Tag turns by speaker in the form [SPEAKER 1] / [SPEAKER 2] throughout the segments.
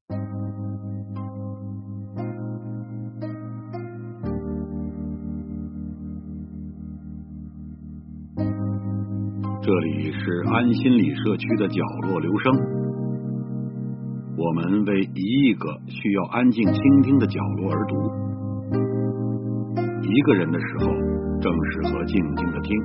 [SPEAKER 1] 这里是安心理社区的角落留声，我们为一亿个需要安静倾听的角落而读。一个人的时候，正适合静静的听。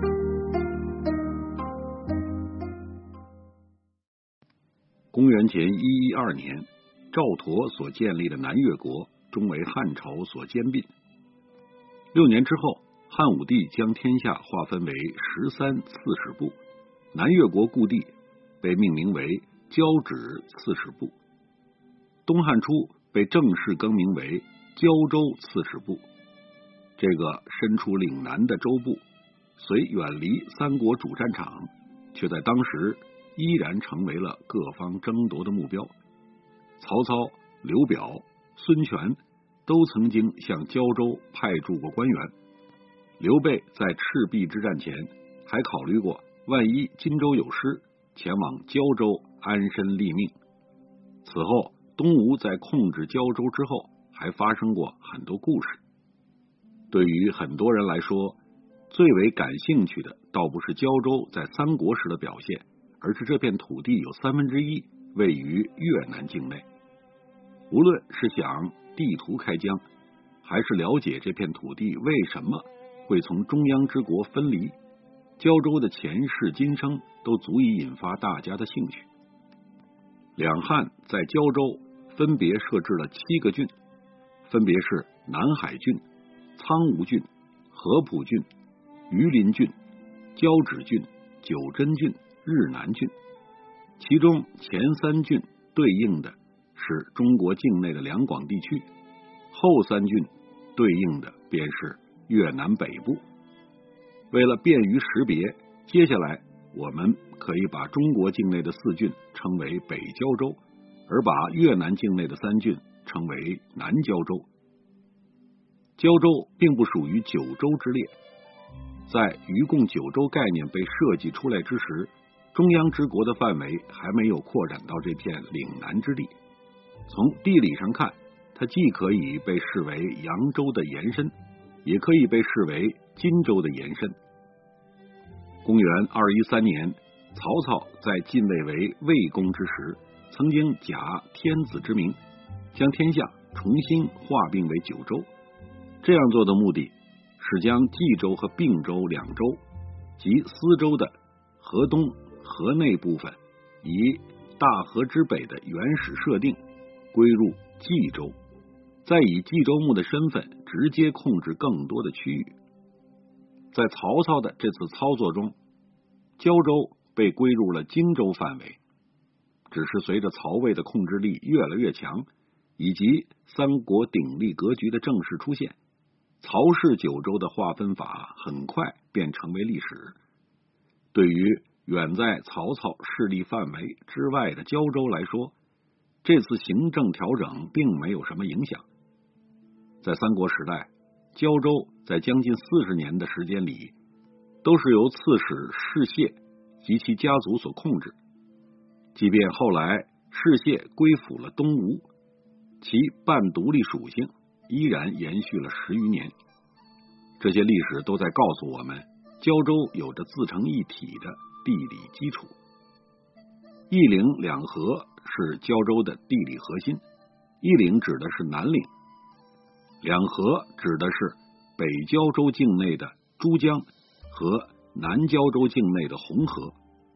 [SPEAKER 1] 公元前112年，赵佗所建立的南越国终为汉朝所兼并。6年之后，汉武帝将天下划分为13刺史部，南越国故地被命名为交趾刺史部。东汉初被正式更名为交州刺史部。这个身处岭南的州部，虽远离三国主战场，却在当时依然成为了各方争夺的目标。曹操、刘表、孙权都曾经向交州派驻过官员。刘备在赤壁之战前还考虑过，万一荆州有失，前往交州安身立命。此后，东吴在控制交州之后，还发生过很多故事。对于很多人来说，最为感兴趣的倒不是交州在三国时的表现，而是这片土地有1/3位于越南境内。无论是想地图开疆，还是了解这片土地为什么会从中央之国分离，交州的前世今生都足以引发大家的兴趣。两汉在交州分别设置了7个郡，分别是南海郡、苍梧郡、合浦郡、榆林郡、交趾郡、九真郡、日南郡。其中前3郡对应的是中国境内的两广地区，后3郡对应的便是越南北部。为了便于识别，接下来我们可以把中国境内的4郡称为北交州，而把越南境内的3郡称为南交州。交州并不属于九州之列，在余共九州概念被设计出来之时，中央之国的范围还没有扩展到这片岭南之地。从地理上看，它既可以被视为扬州的延伸，也可以被视为荆州的延伸。公元213年，曹操在晋位为魏公之时，曾经假天子之名，将天下重新划并为9州。这样做的目的是将冀州和并州2州及司州的河东、河内部分，以大河之北的原始设定归入冀州，再以冀州牧的身份直接控制更多的区域。在曹操的这次操作中，交州被归入了荆州范围。只是随着曹魏的控制力越来越强，以及三国鼎立格局的正式出现，曹氏9州的划分法很快便成为历史。对于远在曹操势力范围之外的交州来说，这次行政调整并没有什么影响。在三国时代，交州在将近40年的时间里，都是由刺史士燮及其家族所控制。即便后来士燮归附了东吴，其半独立属性依然延续了10余年。这些历史都在告诉我们，交州有着自成一体的地理基础。一岭两河是交州的地理核心，一岭指的是南岭，两河指的是北交州境内的珠江和南交州境内的红河。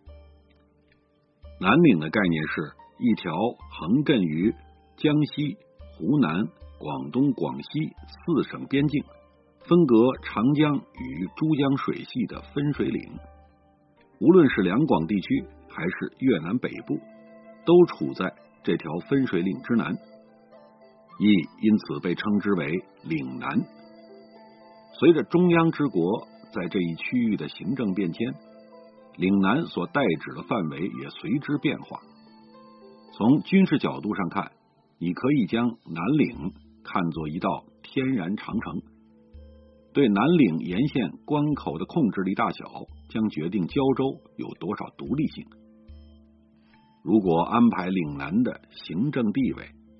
[SPEAKER 1] 南岭的概念是一条横亘于江西、湖南、广东、广西4省边境，分隔长江与珠江水系的分水岭。无论是两广地区还是越南北部，都处在这条分水岭之南，亦因此被称之为岭南。随着中央之国在这一区域的行政变迁，岭南所代指的范围也随之变化。从军事角度上看，你可以将南岭看作一道天然长城，对南岭沿线关口的控制力大小，将决定交州有多少独立性。如果安排岭南的行政地位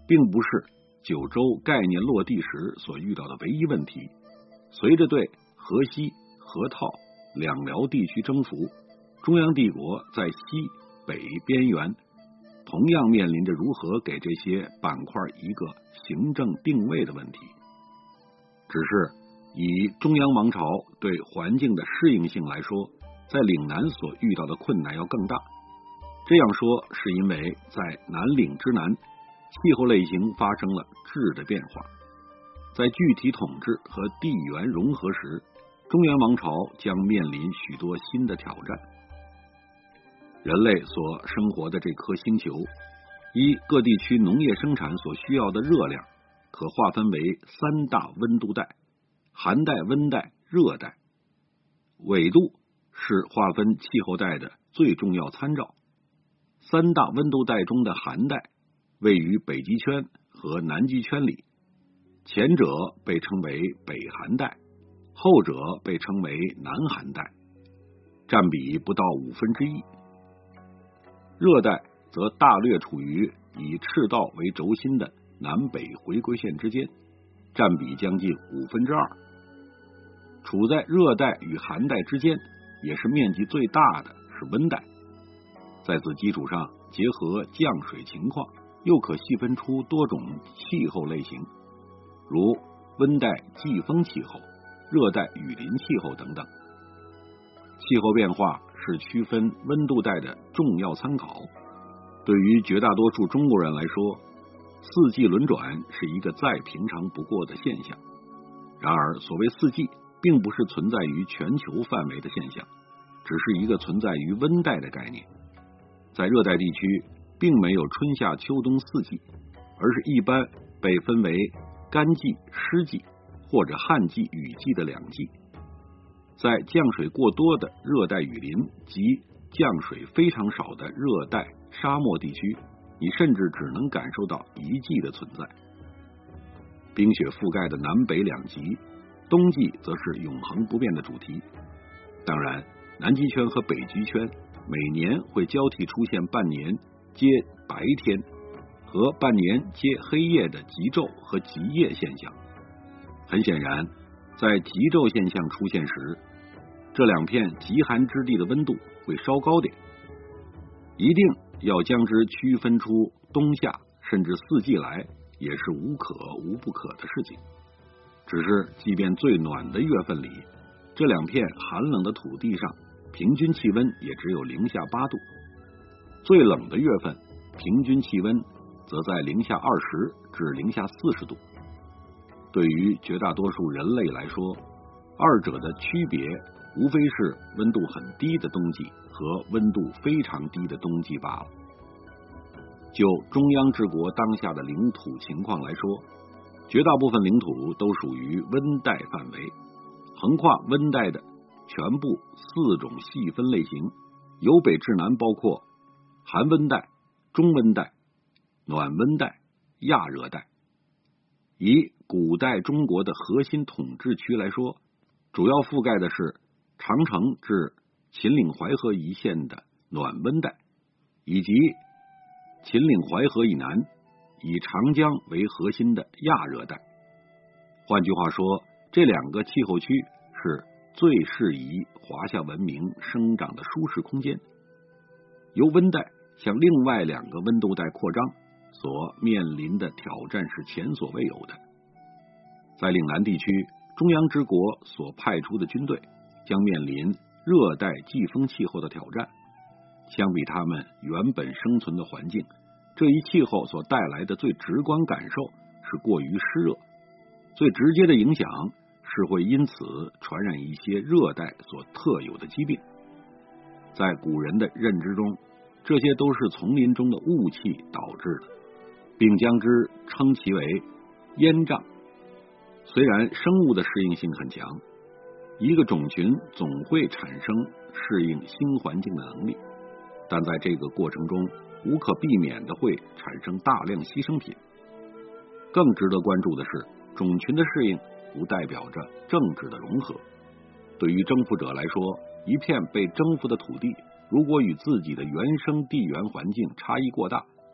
[SPEAKER 1] 并不是九州概念落地时所遇到的唯一问题。随着对河西、河套两辽地区征服，中央帝国在西北边缘同样面临着如何给这些板块一个行政定位的问题。只是以中央王朝对环境的适应性来说，在岭南所遇到的困难要更大。这样说是因为在南岭之南，气候类型发生了质的变化，在具体统治和地缘融合时，中原王朝将面临许多新的挑战。人类所生活的这颗星球，依各地区农业生产所需要的热量，可划分为三大温度带：寒带、温带、热带。纬度是划分气候带的最重要参照。三大温度带中的寒带位于北极圈和南极圈里，前者被称为北寒带，后者被称为南寒带，占比不到1/5。热带则大略处于以赤道为轴心的南北回归线之间，占比将近2/5。处在热带与寒带之间，也是面积最大的是温带。在此基础上，结合降水情况，又可细分出多种气候类型，如温带季风气候、热带雨林气候等等。气候变化是区分温度带的重要参考。对于绝大多数中国人来说，四季轮转是一个再平常不过的现象。然而，所谓四季，并不是存在于全球范围的现象，只是一个存在于温带的概念。在热带地区，并没有春夏秋冬四季，而是一般被分为干季、湿季或者旱季、雨季的两季。在降水过多的热带雨林及降水非常少的热带沙漠地区，你甚至只能感受到一季的存在。冰雪覆盖的南北两极，冬季则是永恒不变的主题。当然，南极圈和北极圈每年会交替出现半年皆白天和半年皆黑夜的极昼和极夜现象。很显然，在极昼现象出现时，这两片极寒之地的温度会稍高点。一定要将之区分出冬夏甚至四季来，也是无可无不可的事情。只是即便最暖的月份里，这两片寒冷的土地上平均气温也只有零下8度，最冷的月份平均气温则在零下20至零下40度。对于绝大多数人类来说，二者的区别无非是温度很低的冬季和温度非常低的冬季罢了。就中央之国当下的领土情况来说，绝大部分领土都属于温带范围。横跨温带的全部4种细分类型，由北至南包括寒温带、中温带、暖温带、亚热带。以古代中国的核心统治区来说，主要覆盖的是长城至秦岭淮河一线的暖温带，以及秦岭淮河以南以长江为核心的亚热带。换句话说，这两个气候区是最适宜华夏文明生长的舒适空间。由温带向另外2个温度带扩张，所面临的挑战是前所未有的。在岭南地区，中央之国所派出的军队将面临热带季风气候的挑战。相比他们原本生存的环境，这一气候所带来的最直观感受是过于湿热，最直接的影响是会因此传染一些热带所特有的疾病。在古人的认知中，这些都是丛林中的雾气导致的，并将之称其为烟瘴。虽然生物的适应性很强，一个种群总会产生适应新环境的能力，但在这个过程中无可避免的会产生大量牺牲品。更值得关注的是，种群的适应不代表着政治的融合。对于征服者来说，一片被征服的土地如果与自己的原生地缘环境差异过大，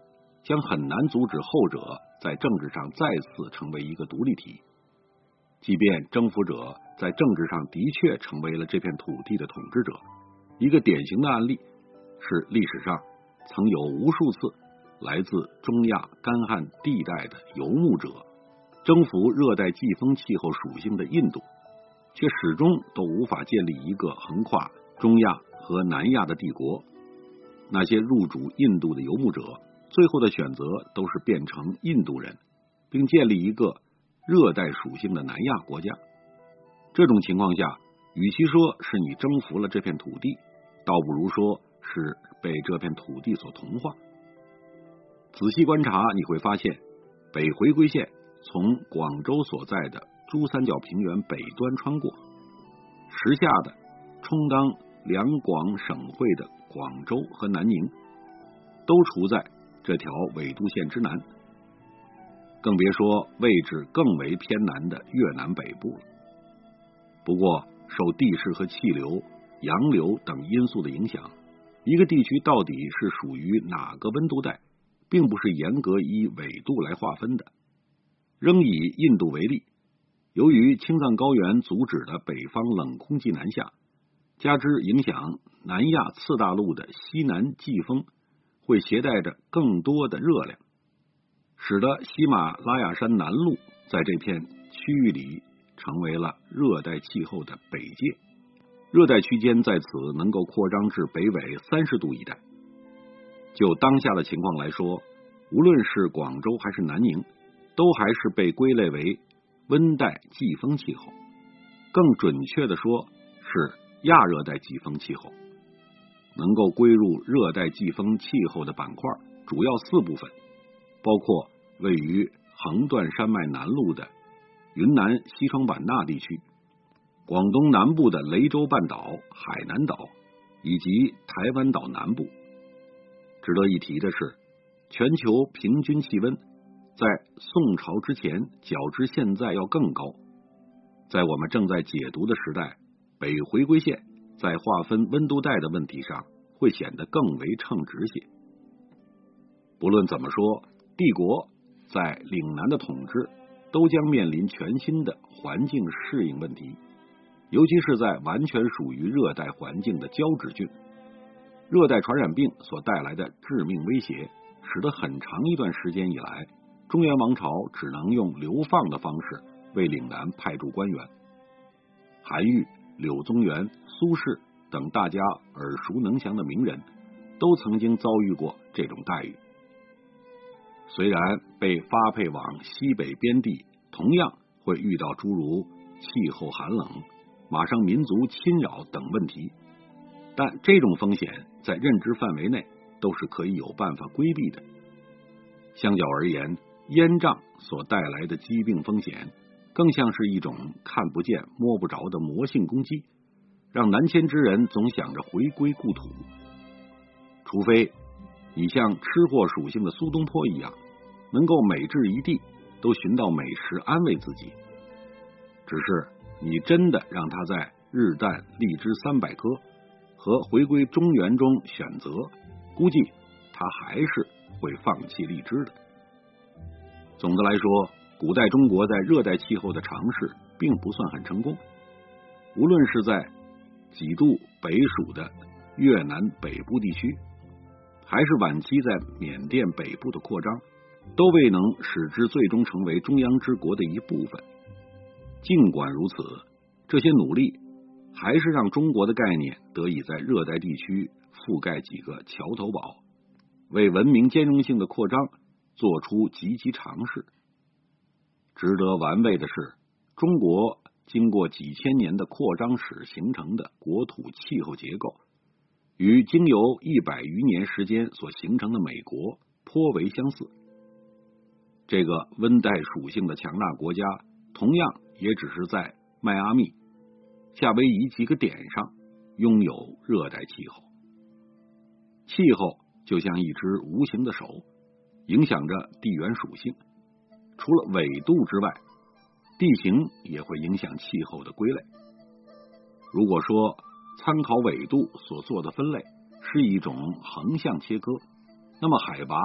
[SPEAKER 1] 将很难阻止后者在政治上再次成为一个独立体。即便征服者在政治上的确成为了这片土地的统治者，一个典型的案例是历史上曾有无数次来自中亚干旱地带的游牧者征服热带季风气候属性的印度，却始终都无法建立一个横跨中亚和南亚的帝国。那些入主印度的游牧者最后的选择都是变成印度人，并建立一个热带属性的南亚国家。这种情况下，与其说是你征服了这片土地，倒不如说是被这片土地所同化。仔细观察，你会发现北回归线从广州所在的珠三角平原北端穿过，时下的充当两广省会的广州和南宁都处在这条纬度线之南，更别说位置更为偏南的越南北部了。不过受地势和气流、洋流等因素的影响，一个地区到底是属于哪个温度带，并不是严格以纬度来划分的。仍以印度为例，由于青藏高原阻止了北方冷空气南下，加之影响南亚次大陆的西南季风会携带着更多的热量，使得喜马拉雅山南麓在这片区域里成为了热带气候的北界，热带区间在此能够扩张至北纬30度一带。就当下的情况来说，无论是广州还是南宁，都还是被归类为温带季风气候，更准确的说是亚热带季风气候。能够归入热带季风气候的板块主要4部分，包括位于横断山脉南麓的云南西双版纳地区、广东南部的雷州半岛、海南岛以及台湾岛南部。值得一提的是，全球平均气温在宋朝之前较之现在要更高。在我们正在解读的时代，北回归线在划分温度带的问题上会显得更为称职些。不论怎么说，帝国在岭南的统治都将面临全新的环境适应问题，尤其是在完全属于热带环境的交趾郡，热带传染病所带来的致命威胁，使得很长一段时间以来，中原王朝只能用流放的方式为岭南派驻官员。韩愈、柳宗元、苏轼等大家耳熟能详的名人，都曾经遭遇过这种待遇。虽然被发配往西北边地，同样会遇到诸如气候寒冷、马上民族侵扰等问题，但这种风险在认知范围内都是可以有办法规避的。相较而言，烟瘴所带来的疾病风险更像是一种看不见摸不着的魔性攻击，让南迁之人总想着回归故土。除非你像吃货属性的苏东坡一样，能够每至一地都寻到美食安慰自己。只是你真的让他在日啖荔枝300颗和回归中原中选择，估计他还是会放弃荔枝的。总的来说，古代中国在热带气候的尝试并不算很成功，无论是在几度北属的越南北部地区，还是晚期在缅甸北部的扩张，都未能使之最终成为中央之国的一部分。尽管如此，这些努力还是让中国的概念得以在热带地区覆盖几个桥头堡，为文明兼容性的扩张做出积极尝试。值得玩味的是，中国经过几千年的扩张史形成的国土气候结构，与经由100余年时间所形成的美国颇为相似。这个温带属性的强大国家，同样也只是在迈阿密、夏威夷几个点上拥有热带气候。气候就像一只无形的手，影响着地缘属性。除了纬度之外，地形也会影响气候的归类。如果说参考纬度所做的分类是一种横向切割，那么海拔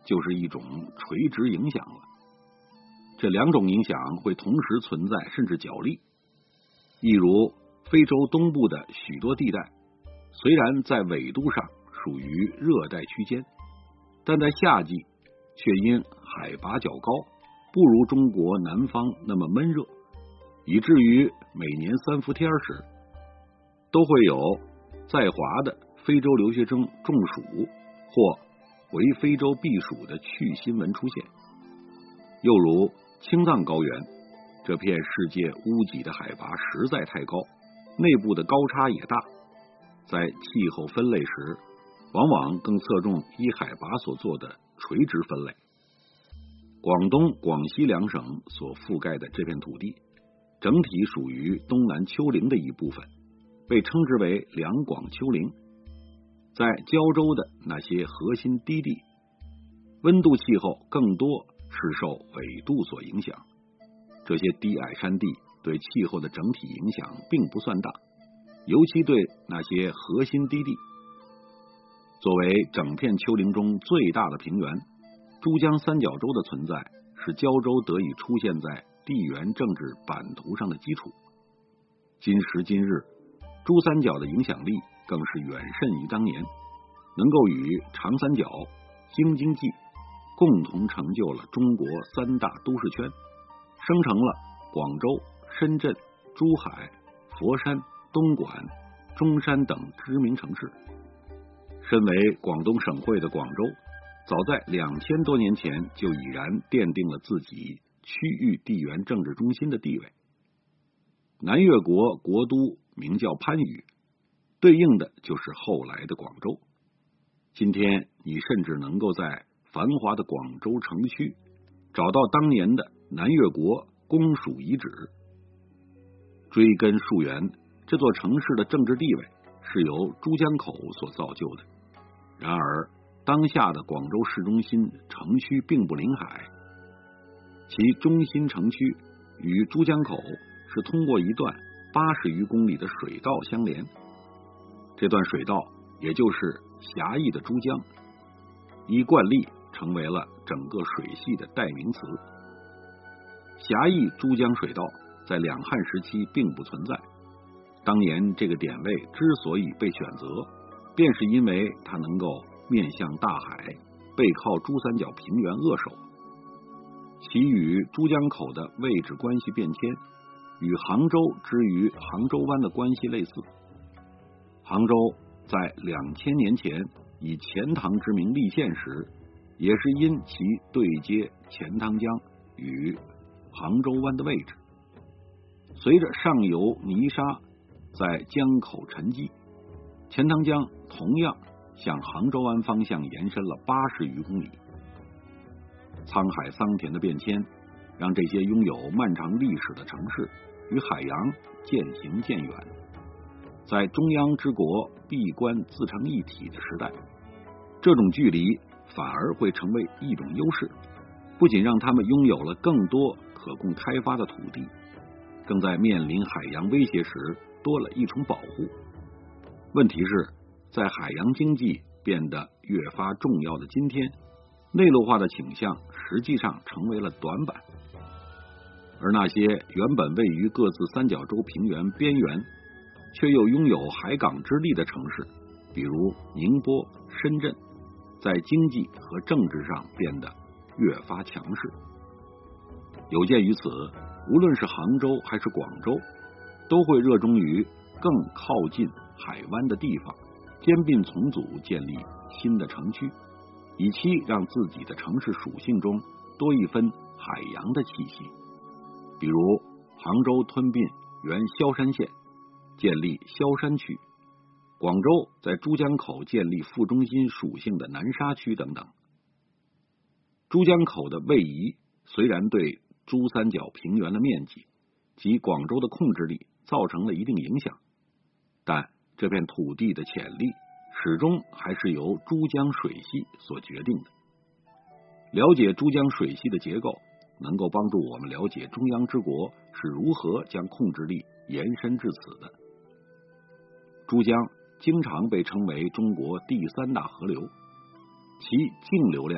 [SPEAKER 1] 就是一种垂直影响了。这两种影响会同时存在，甚至角力。一如非洲东部的许多地带，虽然在纬度上属于热带区间，但在夏季却因海拔较高，不如中国南方那么闷热，以至于每年三伏天时，都会有在华的非洲留学生中暑或回非洲避暑的去新闻出现。又如青藏高原，这片世界屋脊的海拔实在太高，内部的高差也大，在气候分类时，往往更侧重依海拔所做的垂直分类。广东、广西两省所覆盖的这片土地，整体属于东南丘陵的一部分，被称之为两广丘陵。在胶州的那些核心低地，温度气候更多是受纬度所影响，这些低矮山地对气候的整体影响并不算大，尤其对那些核心低地。作为整片丘陵中最大的平原，珠江三角洲的存在是胶州得以出现在地缘政治版图上的基础。今时今日，珠三角的影响力更是远甚于当年，能够与长三角、京津冀共同成就了中国三大都市圈，生成了广州、深圳、珠海、佛山、东莞、中山等知名城市。身为广东省会的广州，早在2000多年前就已然奠定了自己区域地缘政治中心的地位。南越国国都名叫番禺，对应的就是后来的广州。今天你甚至能够在繁华的广州城区找到当年的南越国公署遗址。追根溯源，这座城市的政治地位是由珠江口所造就的。然而当下的广州市中心城区并不临海，其中心城区与珠江口是通过一段80余公里的水道相连，这段水道也就是狭义的珠江，依惯例成为了整个水系的代名词。狭义珠江水道在两汉时期并不存在，当年这个点位之所以被选择，便是因为它能够面向大海，背靠珠三角平原扼守。其与珠江口的位置关系变迁，与杭州之于杭州湾的关系类似。杭州在2000年前以钱塘之名立县时，也是因其对接钱塘江与杭州湾的位置。随着上游泥沙在江口沉积，钱塘江同样向杭州湾方向延伸了80余公里。沧海桑田的变迁，让这些拥有漫长历史的城市与海洋渐行渐远。在中央之国闭关自成一体的时代，这种距离反而会成为一种优势，不仅让他们拥有了更多可供开发的土地，更在面临海洋威胁时多了一重保护。问题是，在海洋经济变得越发重要的今天，内陆化的倾向实际上成为了短板，而那些原本位于各自三角洲平原边缘，却又拥有海港之力的城市，比如宁波、深圳，在经济和政治上变得越发强势。有鉴于此，无论是杭州还是广州，都会热衷于更靠近海湾的地方兼并重组，建立新的城区，以期让自己的城市属性中多一分海洋的气息。比如杭州吞并原萧山县，建立萧山区；广州在珠江口建立副中心属性的南沙区等等。珠江口的位移虽然对珠三角平原的面积及广州的控制力造成了一定影响，但这片土地的潜力始终还是由珠江水系所决定的。了解珠江水系的结构，能够帮助我们了解中央之国是如何将控制力延伸至此的。珠江经常被称为中国第3大河流，其径流量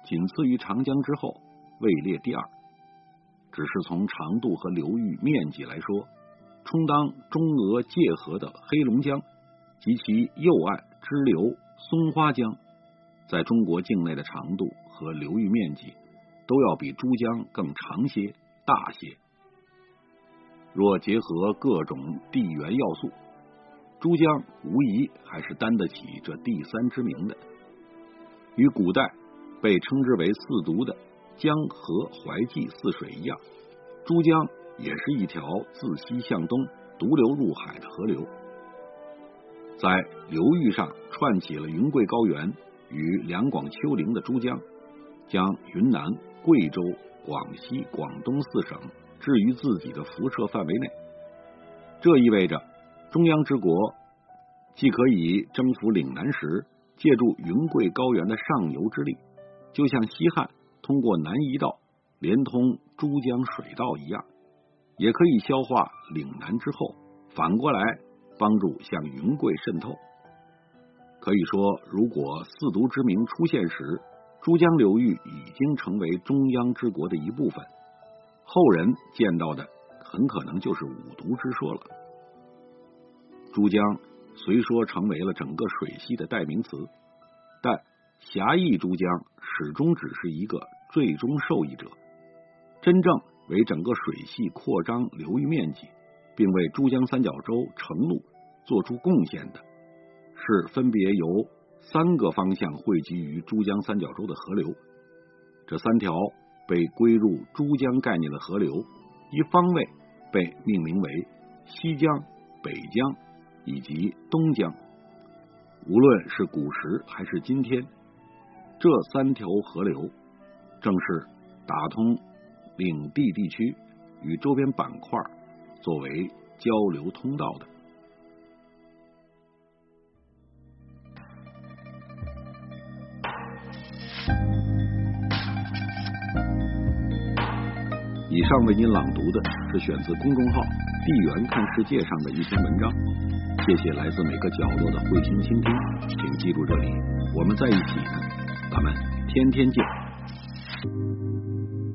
[SPEAKER 1] 仅次于长江之后，位列第二。只是从长度和流域面积来说，充当中俄界河的黑龙江及其右岸支流松花江，在中国境内的长度和流域面积都要比珠江更长些、大些。若结合各种地缘要素，珠江无疑还是担得起这第三之名的。与古代被称之为四渎的江河淮济四水一样，珠江也是一条自西向东独流入海的河流。在流域上串起了云贵高原与两广丘陵的珠江，将云南、贵州、广西、广东四省置于自己的辐射范围内。这意味着中央之国既可以征服岭南时借助云贵高原的上游之力，就像西汉通过南夷道连通珠江水道一样，也可以消化岭南之后，反过来帮助向云贵渗透。可以说，如果四渎之名出现时，珠江流域已经成为中央之国的一部分，后人见到的很可能就是五渎之说了。珠江虽说成为了整个水系的代名词，但狭义珠江始终只是一个最终受益者。真正为整个水系扩张流域面积，并为珠江三角洲承路做出贡献的，是分别由三个方向汇集于珠江三角洲的河流。这三条被归入珠江概念的河流，一方位被命名为西江、北江以及东江。无论是古时还是今天，这三条河流正是打通领地地区与周边板块作为交流通道的。以上为您朗读的是选自公众号地缘看世界上的一篇文章，谢谢来自每个角落的慧心倾听，请记住这里，我们在一起呢，咱们天天见。